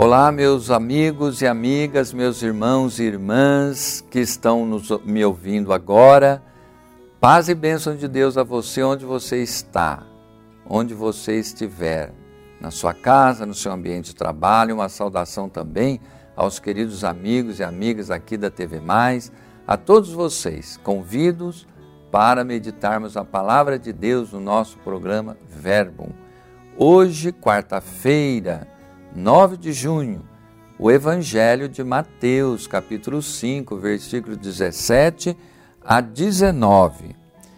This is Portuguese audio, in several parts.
Olá, meus amigos e amigas, meus irmãos e irmãs que estão me ouvindo agora. Paz e bênção de Deus a você onde você está, onde você estiver, na sua casa, no seu ambiente de trabalho. Uma saudação também aos queridos amigos e amigas aqui da TV+, a todos vocês, convidos para meditarmos a palavra de Deus no nosso programa Verbum. Hoje, quarta-feira, 9 de junho, o Evangelho de Mateus, capítulo 5, versículos 17 a 19.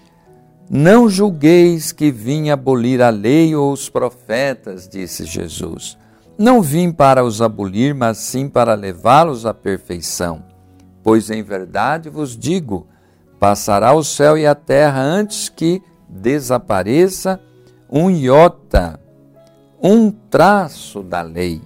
Não julgueis que vim abolir a lei ou os profetas, disse Jesus. Não vim para os abolir, mas sim para levá-los à perfeição. Pois em verdade vos digo, passará o céu e a terra antes que desapareça um iota, um traço da lei.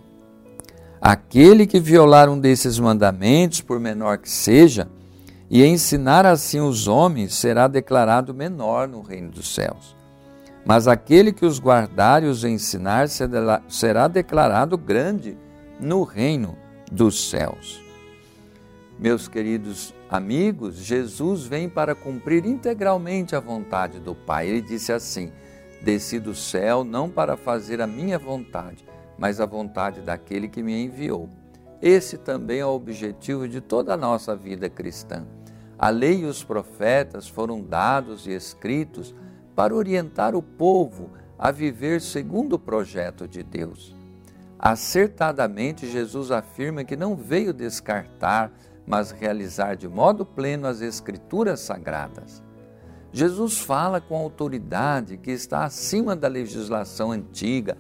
Aquele que violar um desses mandamentos, por menor que seja, e ensinar assim os homens, será declarado menor no reino dos céus. Mas aquele que os guardar e os ensinar, será declarado grande no reino dos céus. Meus queridos amigos, Jesus vem para cumprir integralmente a vontade do Pai. Ele disse assim: desci do céu não para fazer a minha vontade, mas a vontade daquele que me enviou. Esse também é o objetivo de toda a nossa vida cristã. A lei e os profetas foram dados e escritos para orientar o povo a viver segundo o projeto de Deus. Acertadamente, Jesus afirma que não veio descartar, mas realizar de modo pleno as Escrituras Sagradas. Jesus fala com autoridade que está acima da legislação antiga,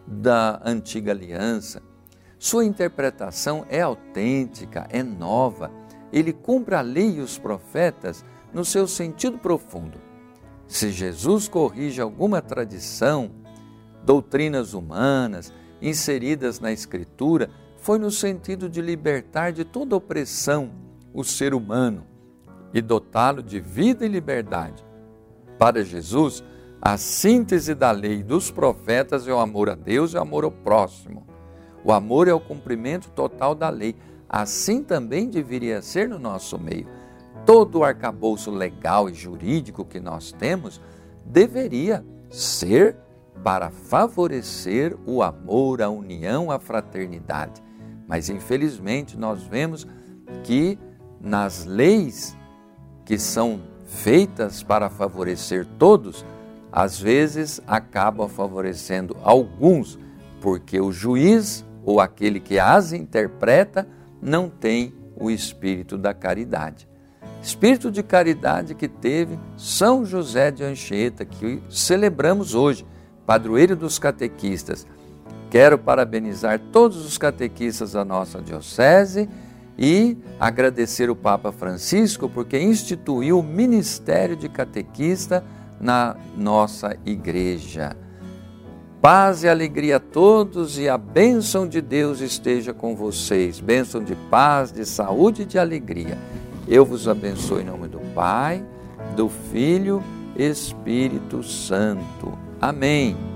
da antiga aliança. Sua interpretação é autêntica, é nova. Ele cumpre a lei e os profetas no seu sentido profundo. Se Jesus corrige alguma tradição, doutrinas humanas inseridas na Escritura, foi no sentido de libertar de toda opressão o ser humano e dotá-lo de vida e liberdade. Para Jesus, a síntese da lei e dos profetas é o amor a Deus e o amor ao próximo. O amor é o cumprimento total da lei. Assim também deveria ser no nosso meio. Todo o arcabouço legal e jurídico que nós temos deveria ser para favorecer o amor, a união, a fraternidade. Mas, infelizmente, nós vemos que nas leis que são feitas para favorecer todos, às vezes acabam favorecendo alguns, porque o juiz ou aquele que as interpreta não tem o espírito da caridade. Espírito de caridade que teve São José de Anchieta, que celebramos hoje, padroeiro dos catequistas. Quero parabenizar todos os catequistas da nossa diocese e agradecer o Papa Francisco porque instituiu o ministério de catequista na nossa igreja. Paz e alegria a todos e a bênção de Deus esteja com vocês. Bênção de paz, de saúde e de alegria. Eu vos abençoe em nome do Pai, do Filho, Espírito Santo. Amém.